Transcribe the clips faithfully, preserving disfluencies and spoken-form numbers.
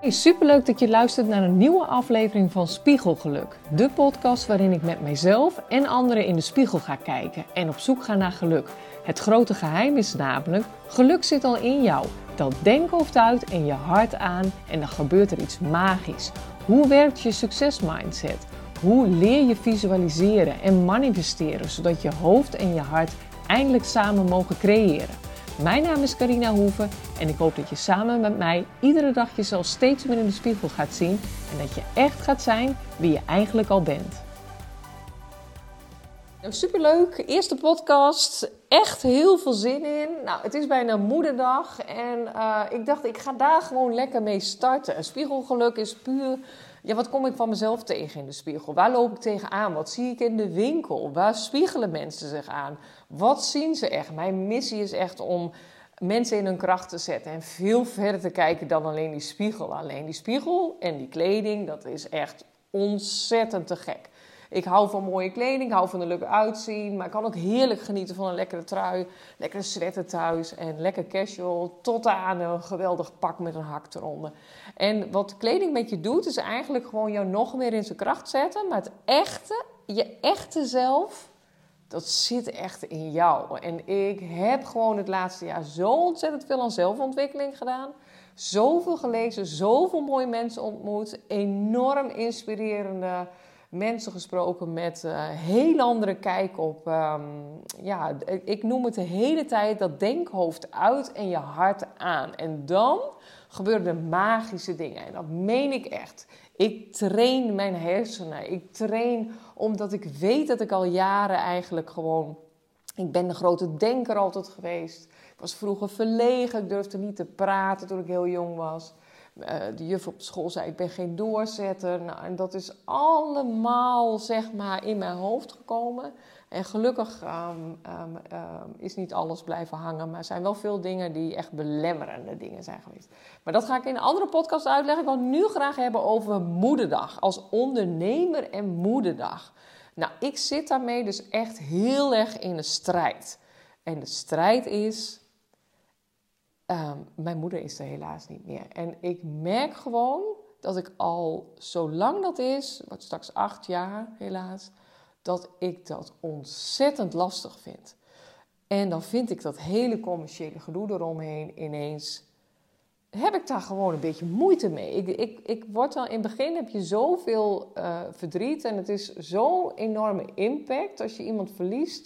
Hey, superleuk dat je luistert naar een nieuwe aflevering van Spiegelgeluk. De podcast waarin ik met mijzelf en anderen in de spiegel ga kijken en op zoek ga naar geluk. Het grote geheim is namelijk, geluk zit al in jou. Tel denkhoofd uit en je hart aan en dan gebeurt er iets magisch. Hoe werkt je succesmindset? Hoe leer je visualiseren en manifesteren zodat je hoofd en je hart eindelijk samen mogen creëren? Mijn naam is Carina Hoeven en ik hoop dat je samen met mij iedere dag jezelf steeds meer in de spiegel gaat zien en dat je echt gaat zijn wie je eigenlijk al bent. Nou, superleuk, eerste podcast, echt heel veel zin in. Nou, het is bijna moederdag en uh, ik dacht ik ga daar gewoon lekker mee starten. Spiegelgeluk is puur, ja, wat kom ik van mezelf tegen in de spiegel? Waar loop ik tegenaan? Wat zie ik in de winkel? Waar spiegelen mensen zich aan? Wat zien ze echt? Mijn missie is echt om mensen in hun kracht te zetten en veel verder te kijken dan alleen die spiegel. Alleen die spiegel en die kleding, dat is echt ontzettend te gek. Ik hou van mooie kleding, ik hou van er leuk uitzien, maar ik kan ook heerlijk genieten van een lekkere trui, lekkere sweater thuis en lekker casual, tot aan een geweldig pak met een hak eronder. En wat kleding met je doet, is eigenlijk gewoon jou nog meer in zijn kracht zetten, maar het echte, je echte zelf, dat zit echt in jou. En ik heb gewoon het laatste jaar zo ontzettend veel aan zelfontwikkeling gedaan. Zoveel gelezen, zoveel mooie mensen ontmoet. Enorm inspirerende mensen gesproken met een heel andere kijk op... Um, ja, ik noem het de hele tijd dat denkhoofd uit en je hart aan. En dan gebeuren er magische dingen. En dat meen ik echt. Ik train mijn hersenen. Ik train omdat ik weet dat ik al jaren eigenlijk gewoon... Ik ben de grote denker altijd geweest. Ik was vroeger verlegen. Ik durfde niet te praten toen ik heel jong was. Uh, de juf op school zei, ik ben geen doorzetter. Nou, en dat is allemaal, zeg maar, in mijn hoofd gekomen. En gelukkig um, um, um, is niet alles blijven hangen. Maar er zijn wel veel dingen die echt belemmerende dingen zijn geweest. Maar dat ga ik in een andere podcast uitleggen. Ik wil nu graag hebben over moederdag. Als ondernemer en moederdag. Nou, ik zit daarmee dus echt heel erg in de strijd. En de strijd is... Um, mijn moeder is er helaas niet meer. En ik merk gewoon dat ik al, zolang dat is, wordt straks acht jaar helaas, dat ik dat ontzettend lastig vind. En dan vind ik dat hele commerciële gedoe eromheen ineens, heb ik daar gewoon een beetje moeite mee. Ik, ik, ik word dan, in het begin heb je zoveel uh, verdriet en het is zo'n enorme impact als je iemand verliest,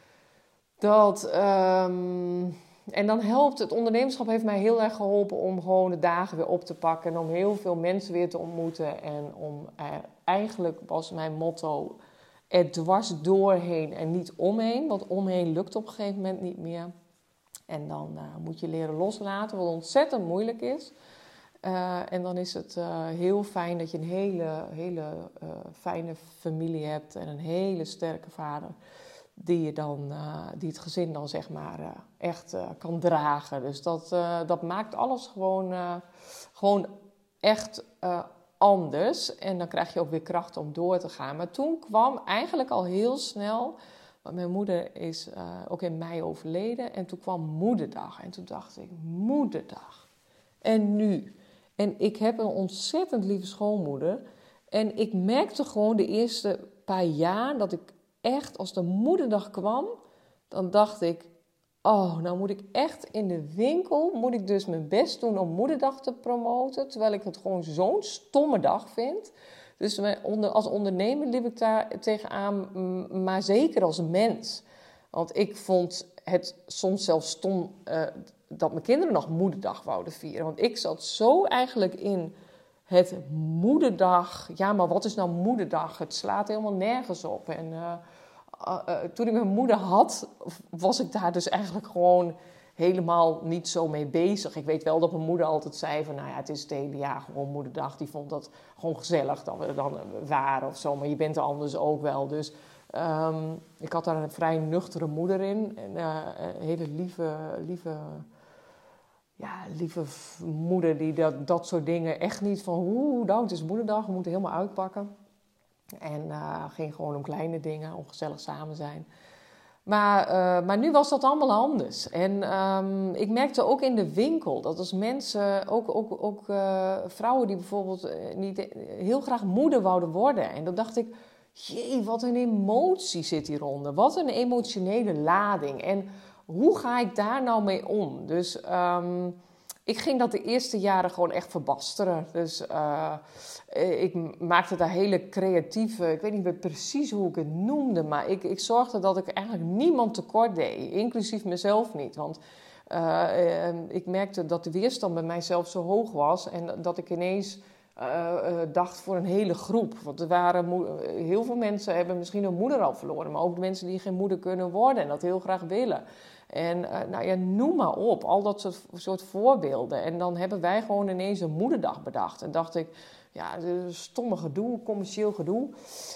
dat... Um, En dan helpt het ondernemerschap, heeft mij heel erg geholpen om gewoon de dagen weer op te pakken. En om heel veel mensen weer te ontmoeten. En om, eh, eigenlijk was mijn motto, er dwars doorheen en niet omheen. Want omheen lukt op een gegeven moment niet meer. En dan uh, moet je leren loslaten, wat ontzettend moeilijk is. Uh, en dan is het uh, heel fijn dat je een hele, hele uh, fijne familie hebt en een hele sterke vader. Die, je dan, uh, die het gezin dan zeg maar uh, echt uh, kan dragen. Dus dat, uh, dat maakt alles gewoon, uh, gewoon echt uh, anders. En dan krijg je ook weer kracht om door te gaan. Maar toen kwam eigenlijk al heel snel... Want mijn moeder is uh, ook in mei overleden. En toen kwam moederdag. En toen dacht ik, moederdag. En nu? En ik heb een ontzettend lieve schoonmoeder. En ik merkte gewoon de eerste paar jaar dat ik... Echt, als de moederdag kwam, dan dacht ik... Oh, nou moet ik echt in de winkel... moet ik dus mijn best doen om moederdag te promoten... terwijl ik het gewoon zo'n stomme dag vind. Dus als ondernemer liep ik daar tegenaan... maar zeker als mens. Want ik vond het soms zelfs stom... Uh, dat mijn kinderen nog moederdag wouden vieren. Want ik zat zo eigenlijk in... Het moederdag, ja, maar wat is nou moederdag? Het slaat helemaal nergens op. En uh, uh, uh, toen ik mijn moeder had, was ik daar dus eigenlijk gewoon helemaal niet zo mee bezig. Ik weet wel dat mijn moeder altijd zei van, nou ja, het is het hele jaar gewoon moederdag. Die vond dat gewoon gezellig dat we er dan waren of zo. Maar je bent er anders ook wel. Dus um, ik had daar een vrij nuchtere moeder in. En, uh, een hele lieve... lieve Ja, lieve moeder die dat, dat soort dingen echt niet van... Oeh, nou, het is moederdag, we moeten helemaal uitpakken. En uh, ging gewoon om kleine dingen, om gezellig samen zijn. Maar, uh, maar nu was dat allemaal anders. En um, ik merkte ook in de winkel dat als mensen, ook, ook, ook uh, vrouwen die bijvoorbeeld uh, niet heel graag moeder wouden worden. En dan dacht ik, jee, wat een emotie zit hieronder. Wat een emotionele lading. En hoe ga ik daar nou mee om? Dus um, ik ging dat de eerste jaren gewoon echt verbasteren. Dus uh, ik maakte daar hele creatieve, ik weet niet meer precies hoe ik het noemde, maar ik, ik zorgde dat ik eigenlijk niemand tekort deed, inclusief mezelf niet. Want uh, uh, ik merkte dat de weerstand bij mijzelf zo hoog was en dat ik ineens uh, uh, dacht voor een hele groep. Want er waren mo- heel veel mensen hebben misschien hun moeder al verloren, maar ook mensen die geen moeder kunnen worden en dat heel graag willen. En uh, nou ja, noem maar op, al dat soort, soort voorbeelden. En dan hebben wij gewoon ineens een moederdag bedacht. En dacht ik, ja, stomme gedoe, commercieel gedoe.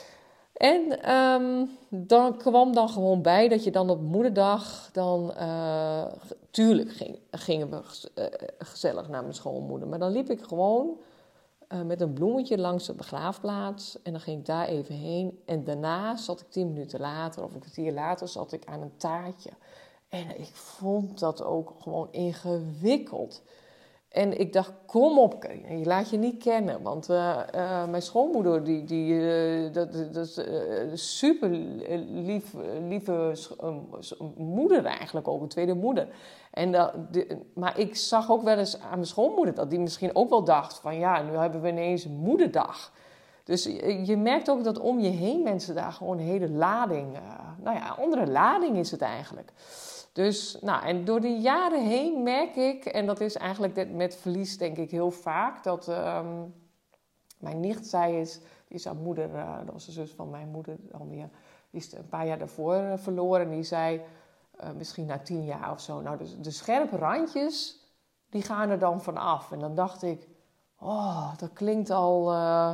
En um, dan kwam dan gewoon bij dat je dan op moederdag, dan uh, tuurlijk ging, gingen we uh, gezellig naar mijn schoonmoeder. Maar dan liep ik gewoon uh, met een bloemetje langs de begraafplaats. En dan ging ik daar even heen. En daarna zat ik tien minuten later, of een kwartier later, zat ik aan een taartje. En ik vond dat ook gewoon ingewikkeld. En ik dacht, kom op, je laat je niet kennen. Want uh, uh, mijn schoonmoeder, die, die, uh, dat, dat is uh, super lief, lieve uh, moeder eigenlijk ook, een tweede moeder. En dat, de, maar ik zag ook wel eens aan mijn schoonmoeder dat die misschien ook wel dacht van ja, nu hebben we ineens een moederdag. Dus je, je merkt ook dat om je heen mensen daar gewoon een hele lading, uh, nou ja, andere lading is het eigenlijk. Dus, nou, en door de jaren heen merk ik, en dat is eigenlijk met verlies denk ik heel vaak, dat um, mijn nicht, zij is, die is haar moeder, uh, dat was de zus van mijn moeder alweer, die is een paar jaar daarvoor uh, verloren. En die zei, uh, misschien na tien jaar of zo, nou, de, de scherpe randjes, die gaan er dan vanaf. En dan dacht ik, oh, dat klinkt al... Uh,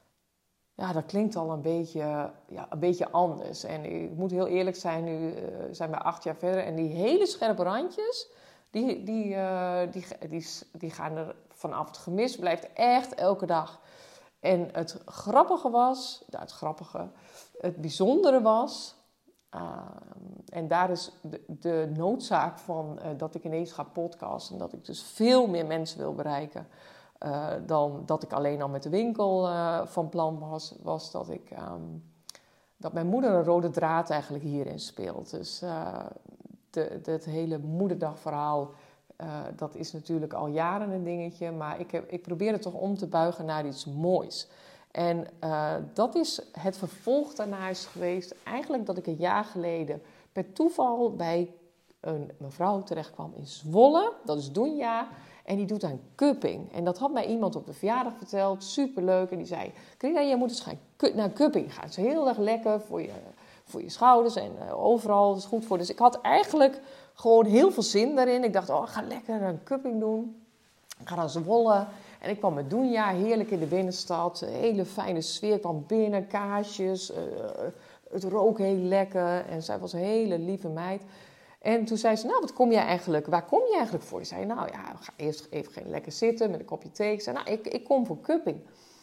Ja, dat klinkt al een beetje, ja, een beetje anders. En ik moet heel eerlijk zijn, nu uh, zijn we acht jaar verder. En die hele scherpe randjes, die, die, uh, die, die, die gaan er vanaf. Het gemis blijft echt elke dag. En het grappige was, nou, het grappige, het bijzondere was... Uh, en daar is de, de noodzaak van uh, dat ik ineens ga podcasten. En dat ik dus veel meer mensen wil bereiken... Uh, dan dat ik alleen al met de winkel uh, van plan was, was dat ik um, dat mijn moeder een rode draad eigenlijk hierin speelt. Dus uh, de, de, het hele moederdagverhaal, uh, dat is natuurlijk al jaren een dingetje, maar ik, heb, ik probeer het toch om te buigen naar iets moois. En uh, dat is het vervolg daarna is geweest, eigenlijk dat ik een jaar geleden per toeval bij een mevrouw terecht kwam in Zwolle, dat is Doenja. En die doet aan cupping. En dat had mij iemand op de verjaardag verteld. Superleuk. En die zei, Carina, jij moet eens gaan naar cupping gaan. Het is heel erg lekker voor je, voor je schouders en uh, overal. Het is goed voor. Dus ik had eigenlijk gewoon heel veel zin daarin. Ik dacht, oh, ik ga lekker een cupping doen. Ik ga naar Zwolle. En ik kwam met Doenja, heerlijk in de binnenstad. Een hele fijne sfeer. Ik kwam binnen, kaarsjes. Uh, het rook heel lekker. En zij was een hele lieve meid. En toen zei ze, nou, wat kom jij eigenlijk, waar kom je eigenlijk voor? Ik zei, nou ja, ga eerst even gaan lekker zitten met een kopje thee. Ik zei, nou, ik, ik kom voor cupping.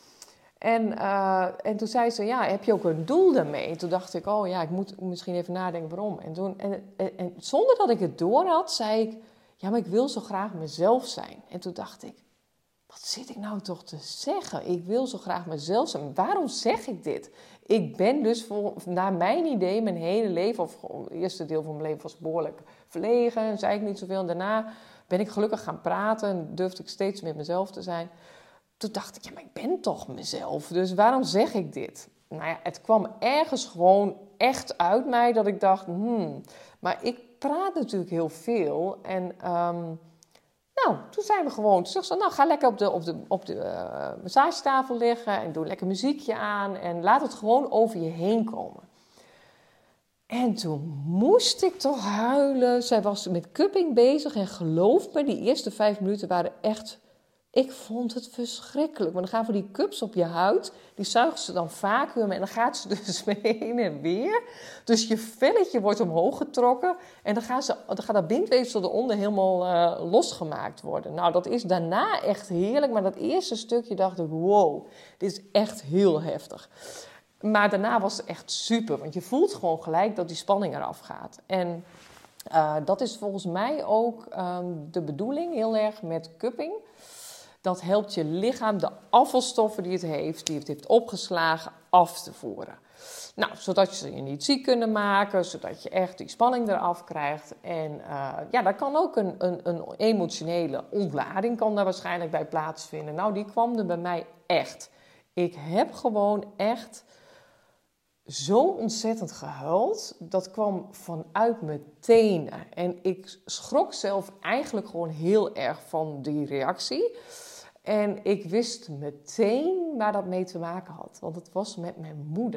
En, uh, en toen zei ze, ja, heb je ook een doel daarmee? En toen dacht ik, oh ja, ik moet misschien even nadenken waarom. En, toen, en, en, en zonder dat ik het door had, zei ik, ja, maar ik wil zo graag mezelf zijn. En toen dacht ik, wat zit ik nou toch te zeggen? Ik wil zo graag mezelf zijn. Waarom zeg ik dit? Ik ben dus, voor, naar mijn idee, mijn hele leven... of het eerste deel van mijn leven was behoorlijk verlegen... zei ik niet zoveel. En daarna ben ik gelukkig gaan praten... en durfde ik steeds meer mezelf te zijn. Toen dacht ik, ja, maar ik ben toch mezelf. Dus waarom zeg ik dit? Nou ja, het kwam ergens gewoon echt uit mij... dat ik dacht, hmm... maar ik praat natuurlijk heel veel... en... Um, Nou, toen zijn we gewoon, toen zei ze, nou ga lekker op de, op de, op de uh, massagetafel liggen en doe lekker muziekje aan en laat het gewoon over je heen komen. En toen moest ik toch huilen. Zij was met cupping bezig en geloof me, die eerste vijf minuten waren echt, ik vond het verschrikkelijk. Maar dan gaan voor die cups op je huid, die zuigen ze dan vacuüm en dan gaat ze dus mee heen en weer. Dus je velletje wordt omhoog getrokken en dan, gaan ze, dan gaat dat bindweefsel eronder helemaal uh, losgemaakt worden. Nou, dat is daarna echt heerlijk, maar dat eerste stukje dacht ik, wow, dit is echt heel heftig. Maar daarna was het echt super. Want je voelt gewoon gelijk dat die spanning eraf gaat. En uh, dat is volgens mij ook um, de bedoeling heel erg met cupping. Dat helpt je lichaam de afvalstoffen die het heeft, die het heeft opgeslagen, af te voeren. Nou, zodat je je niet ziek kunnen maken, zodat je echt die spanning eraf krijgt. En uh, ja, daar kan ook een, een, een emotionele ontlading kan daar waarschijnlijk bij plaatsvinden. Nou, die kwam er bij mij echt. Ik heb gewoon echt zo ontzettend gehuild. Dat kwam vanuit mijn tenen. En ik schrok zelf eigenlijk gewoon heel erg van die reactie. En ik wist meteen waar dat mee te maken had. Want het was met mijn moeder.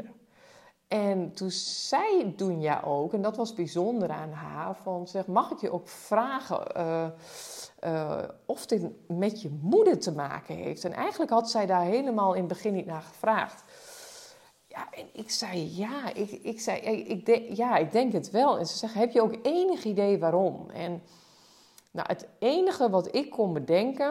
En toen zei Dunja ook, en dat was bijzonder aan haar, van zeg, mag ik je ook vragen uh, uh, of dit met je moeder te maken heeft? En eigenlijk had zij daar helemaal in het begin niet naar gevraagd. Ja, en ik zei ja, ik, ik zei, ik denk, ja, ik denk het wel. En ze zegt, heb je ook enig idee waarom? En nou, het enige wat ik kon bedenken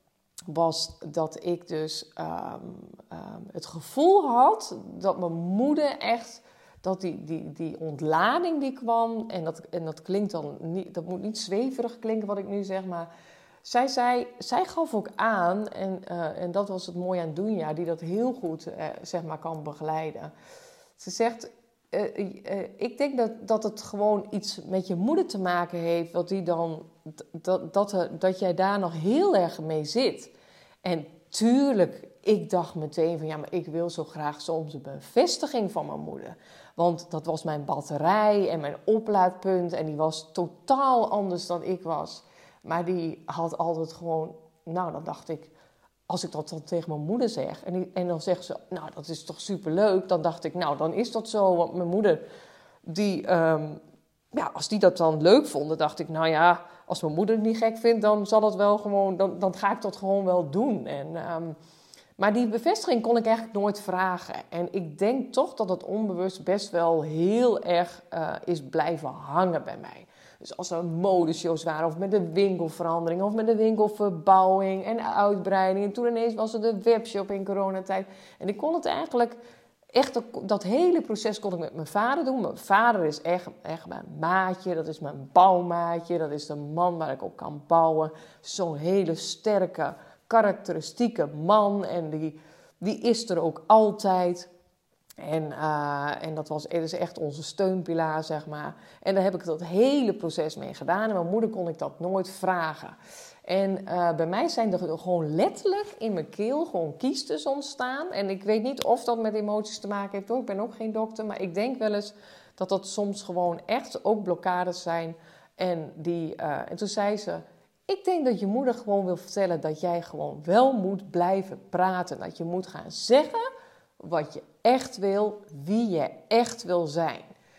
was dat ik dus um, um, het gevoel had dat mijn moeder echt, dat die, die, die ontlading die kwam, en dat, en dat klinkt dan niet, dat moet niet zweverig klinken wat ik nu zeg, maar zij, zei, zij gaf ook aan, en, uh, en dat was het mooie aan Dunja, die dat heel goed uh, zeg maar kan begeleiden. Ze zegt, uh, uh, ik denk dat, dat het gewoon iets met je moeder te maken heeft, wat die dan, dat, dat, dat, dat jij daar nog heel erg mee zit. En tuurlijk, ik dacht meteen van ja, maar ik wil zo graag soms een bevestiging van mijn moeder. Want dat was mijn batterij en mijn oplaadpunt en die was totaal anders dan ik was. Maar die had altijd gewoon, nou dan dacht ik, als ik dat dan tegen mijn moeder zeg en, die, en dan zegt ze, nou dat is toch superleuk. Dan dacht ik, nou dan is dat zo, want mijn moeder, die, um, ja, als die dat dan leuk vond, dacht ik, nou ja, als mijn moeder het niet gek vindt, dan zal dat wel gewoon, dan, dan ga ik dat gewoon wel doen. En, um, maar die bevestiging kon ik eigenlijk nooit vragen. En ik denk toch dat het onbewust best wel heel erg uh, is blijven hangen bij mij. Dus als er modeshows waren, of met de winkelverandering, of met de winkelverbouwing en uitbreiding. En toen ineens was er de webshop in coronatijd. En ik kon het eigenlijk, echt dat hele proces kon ik met mijn vader doen. Mijn vader is echt, echt mijn maatje, dat is mijn bouwmaatje. Dat is de man waar ik op kan bouwen. Zo'n hele sterke, karakteristieke man. En die, die is er ook altijd. En, uh, en dat was, is echt onze steunpilaar, zeg maar. En daar heb ik dat hele proces mee gedaan. En mijn moeder kon ik dat nooit vragen. En uh, bij mij zijn er gewoon letterlijk in mijn keel gewoon kiestes ontstaan. En ik weet niet of dat met emoties te maken heeft, hoor. Ik ben ook geen dokter, maar ik denk wel eens dat dat soms gewoon echt ook blokkades zijn. En, die, uh, en toen zei ze, ik denk dat je moeder gewoon wil vertellen dat jij gewoon wel moet blijven praten. Dat je moet gaan zeggen wat je echt wil, wie je echt wil zijn.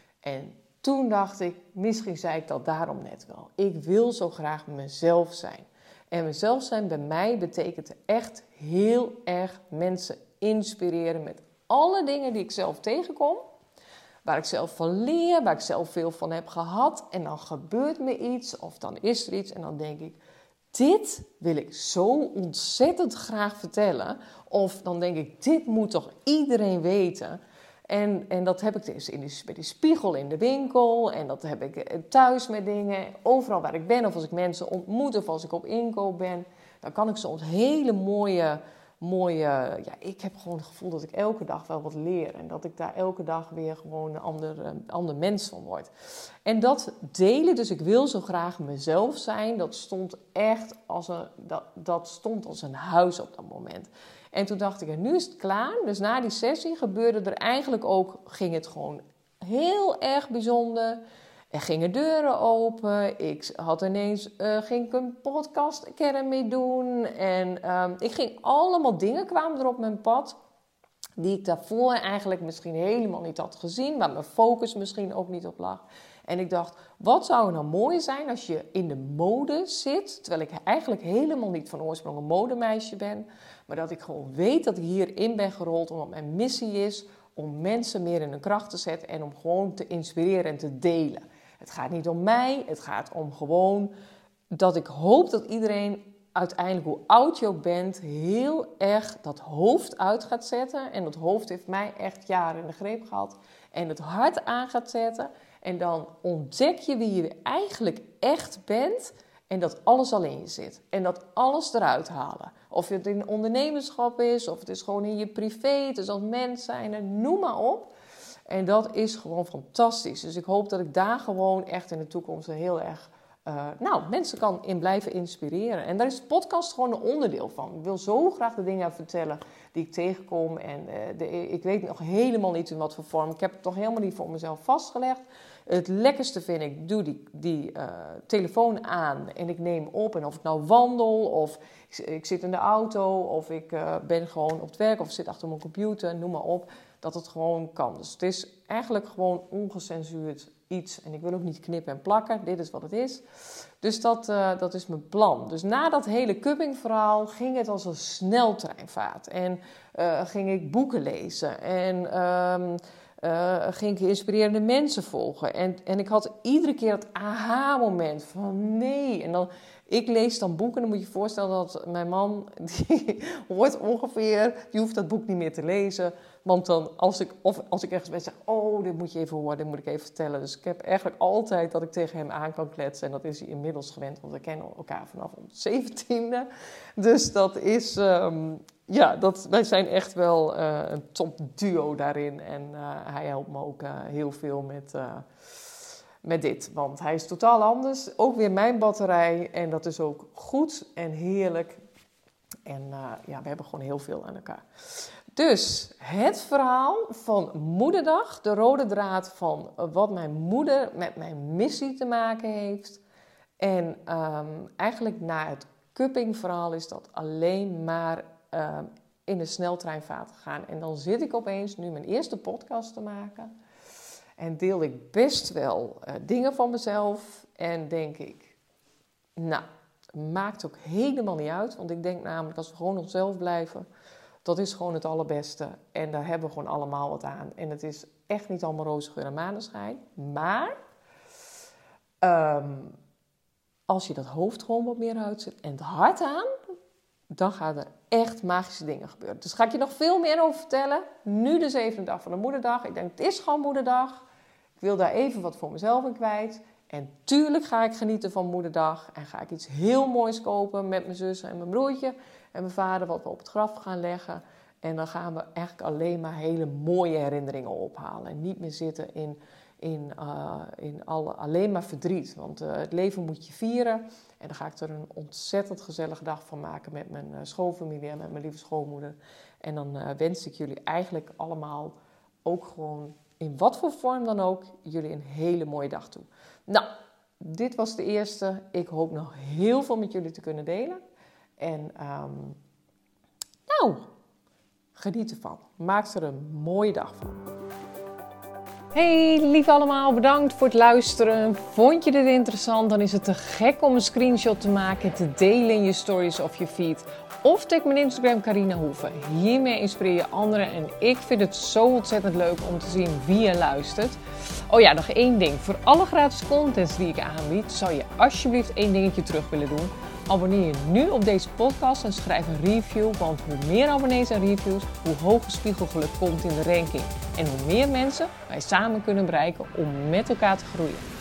En toen dacht ik, misschien zei ik dat daarom net wel. Ik wil zo graag mezelf zijn. En mezelf zijn bij mij betekent echt heel erg mensen inspireren met alle dingen die ik zelf tegenkom. Waar ik zelf van leer, waar ik zelf veel van heb gehad. En dan gebeurt me iets of dan is er iets en dan denk ik, dit wil ik zo ontzettend graag vertellen. Of dan denk ik, dit moet toch iedereen weten. En, en dat heb ik dus in die, bij die spiegel in de winkel. En dat heb ik thuis met dingen. Overal waar ik ben. Of als ik mensen ontmoet. Of als ik op inkoop ben. Dan kan ik soms hele mooie... mooie ja, ik heb gewoon het gevoel dat ik elke dag wel wat leer. En dat ik daar elke dag weer gewoon een ander, een ander mens van word. En dat delen, dus ik wil zo graag mezelf zijn. Dat stond echt als een, dat, dat stond als een huis op dat moment. En toen dacht ik, en nu is het klaar. Dus na die sessie gebeurde er eigenlijk ook, ging het gewoon heel erg bijzonder. Er gingen deuren open. Ik had ineens, uh, ging ik een podcast academy doen. En um, ik ging allemaal dingen kwamen er op mijn pad. Die ik daarvoor eigenlijk misschien helemaal niet had gezien. Waar mijn focus misschien ook niet op lag. En ik dacht, wat zou nou mooi zijn als je in de mode zit. Terwijl ik eigenlijk helemaal niet van oorsprong een modemeisje ben. Maar dat ik gewoon weet dat ik hierin ben gerold. Omdat mijn missie is om mensen meer in hun kracht te zetten. En om gewoon te inspireren en te delen. Het gaat niet om mij. Het gaat om gewoon dat ik hoop dat iedereen uiteindelijk, hoe oud je ook bent, heel erg dat hoofd uit gaat zetten. En dat hoofd heeft mij echt jaren in de greep gehad. En het hart aan gaat zetten. En dan ontdek je wie je eigenlijk echt bent. En dat alles al in je zit. En dat alles eruit halen. Of het in ondernemerschap is, of het is gewoon in je privé, het is als mens zijn, noem maar op. En dat is gewoon fantastisch. Dus ik hoop dat ik daar gewoon echt in de toekomst heel erg Uh, nou, mensen kan in blijven inspireren. En daar is de podcast gewoon een onderdeel van. Ik wil zo graag de dingen vertellen die ik tegenkom. En uh, de, ik weet nog helemaal niet in wat voor vorm. Ik heb het toch helemaal niet voor mezelf vastgelegd. Het lekkerste vind ik, doe die, die uh, telefoon aan en ik neem op. En of ik nou wandel, of ik, ik zit in de auto, of ik uh, ben gewoon op het werk, of zit achter mijn computer, noem maar op. Dat het gewoon kan. Dus het is eigenlijk gewoon ongecensuurd iets. En ik wil ook niet knippen en plakken. Dit is wat het is. Dus dat, uh, dat is mijn plan. Dus na dat hele cupping-verhaal ging het als een sneltreinvaart. En uh, ging ik boeken lezen. En um, uh, ging ik inspirerende mensen volgen. En, en ik had iedere keer het aha-moment van nee. En dan... Ik lees dan boeken, dan moet je je voorstellen dat mijn man, die hoort ongeveer, die hoeft dat boek niet meer te lezen. Want dan, als ik, of als ik ergens ben, zeg oh, dit moet je even horen, dit moet ik even vertellen. Dus ik heb eigenlijk altijd dat ik tegen hem aan kan kletsen. En dat is hij inmiddels gewend, want we kennen elkaar vanaf onze zeventiende. Dus dat is, um, ja, dat, wij zijn echt wel uh, een top duo daarin. En uh, hij helpt me ook uh, heel veel met... Uh, Met dit, want hij is totaal anders. Ook weer mijn batterij. En dat is ook goed en heerlijk. En uh, ja, we hebben gewoon heel veel aan elkaar. Dus het verhaal van Moederdag. De rode draad van wat mijn moeder met mijn missie te maken heeft. En um, eigenlijk na het cupping-verhaal is dat alleen maar uh, in de sneltreinvaart gegaan. En dan zit ik opeens nu mijn eerste podcast te maken. En deel ik best wel uh, dingen van mezelf. En denk ik, nou, maakt ook helemaal niet uit. Want ik denk namelijk, als we gewoon onszelf blijven, dat is gewoon het allerbeste. En daar hebben we gewoon allemaal wat aan. En het is echt niet allemaal roze geur en maneschijn. Maar um, als je dat hoofd gewoon wat meer uitzet en het hart aan, dan gaan er echt magische dingen gebeuren. Dus ga ik je nog veel meer over vertellen. Nu de zevende dag van de Moederdag. Ik denk, het is gewoon Moederdag. Ik wil daar even wat voor mezelf in kwijt. En tuurlijk ga ik genieten van Moederdag. En ga ik iets heel moois kopen met mijn zus en mijn broertje en mijn vader. Wat we op het graf gaan leggen. En dan gaan we eigenlijk alleen maar hele mooie herinneringen ophalen. En niet meer zitten in, in, uh, in alle, alleen maar verdriet. Want uh, het leven moet je vieren. En dan ga ik er een ontzettend gezellige dag van maken met mijn uh, schoonfamilie en met mijn lieve schoonmoeder. En dan uh, wens ik jullie eigenlijk allemaal ook gewoon, in wat voor vorm dan ook, jullie een hele mooie dag toe. Nou, dit was de eerste. Ik hoop nog heel veel met jullie te kunnen delen. En um, nou, geniet ervan. Maak er een mooie dag van. Hey, lief allemaal, bedankt voor het luisteren. Vond je dit interessant? Dan is het te gek om een screenshot te maken en te delen in je stories of je feed. Of tag mijn Instagram Carina Hoeve. Hiermee inspireer je anderen en ik vind het zo ontzettend leuk om te zien wie je luistert. Oh ja, nog één ding. Voor alle gratis contents die ik aanbied, zou je alsjeblieft één dingetje terug willen doen. Abonneer je nu op deze podcast en schrijf een review, want hoe meer abonnees en reviews, hoe hoger Spiegelgeluk komt in de ranking. En hoe meer mensen wij samen kunnen bereiken om met elkaar te groeien.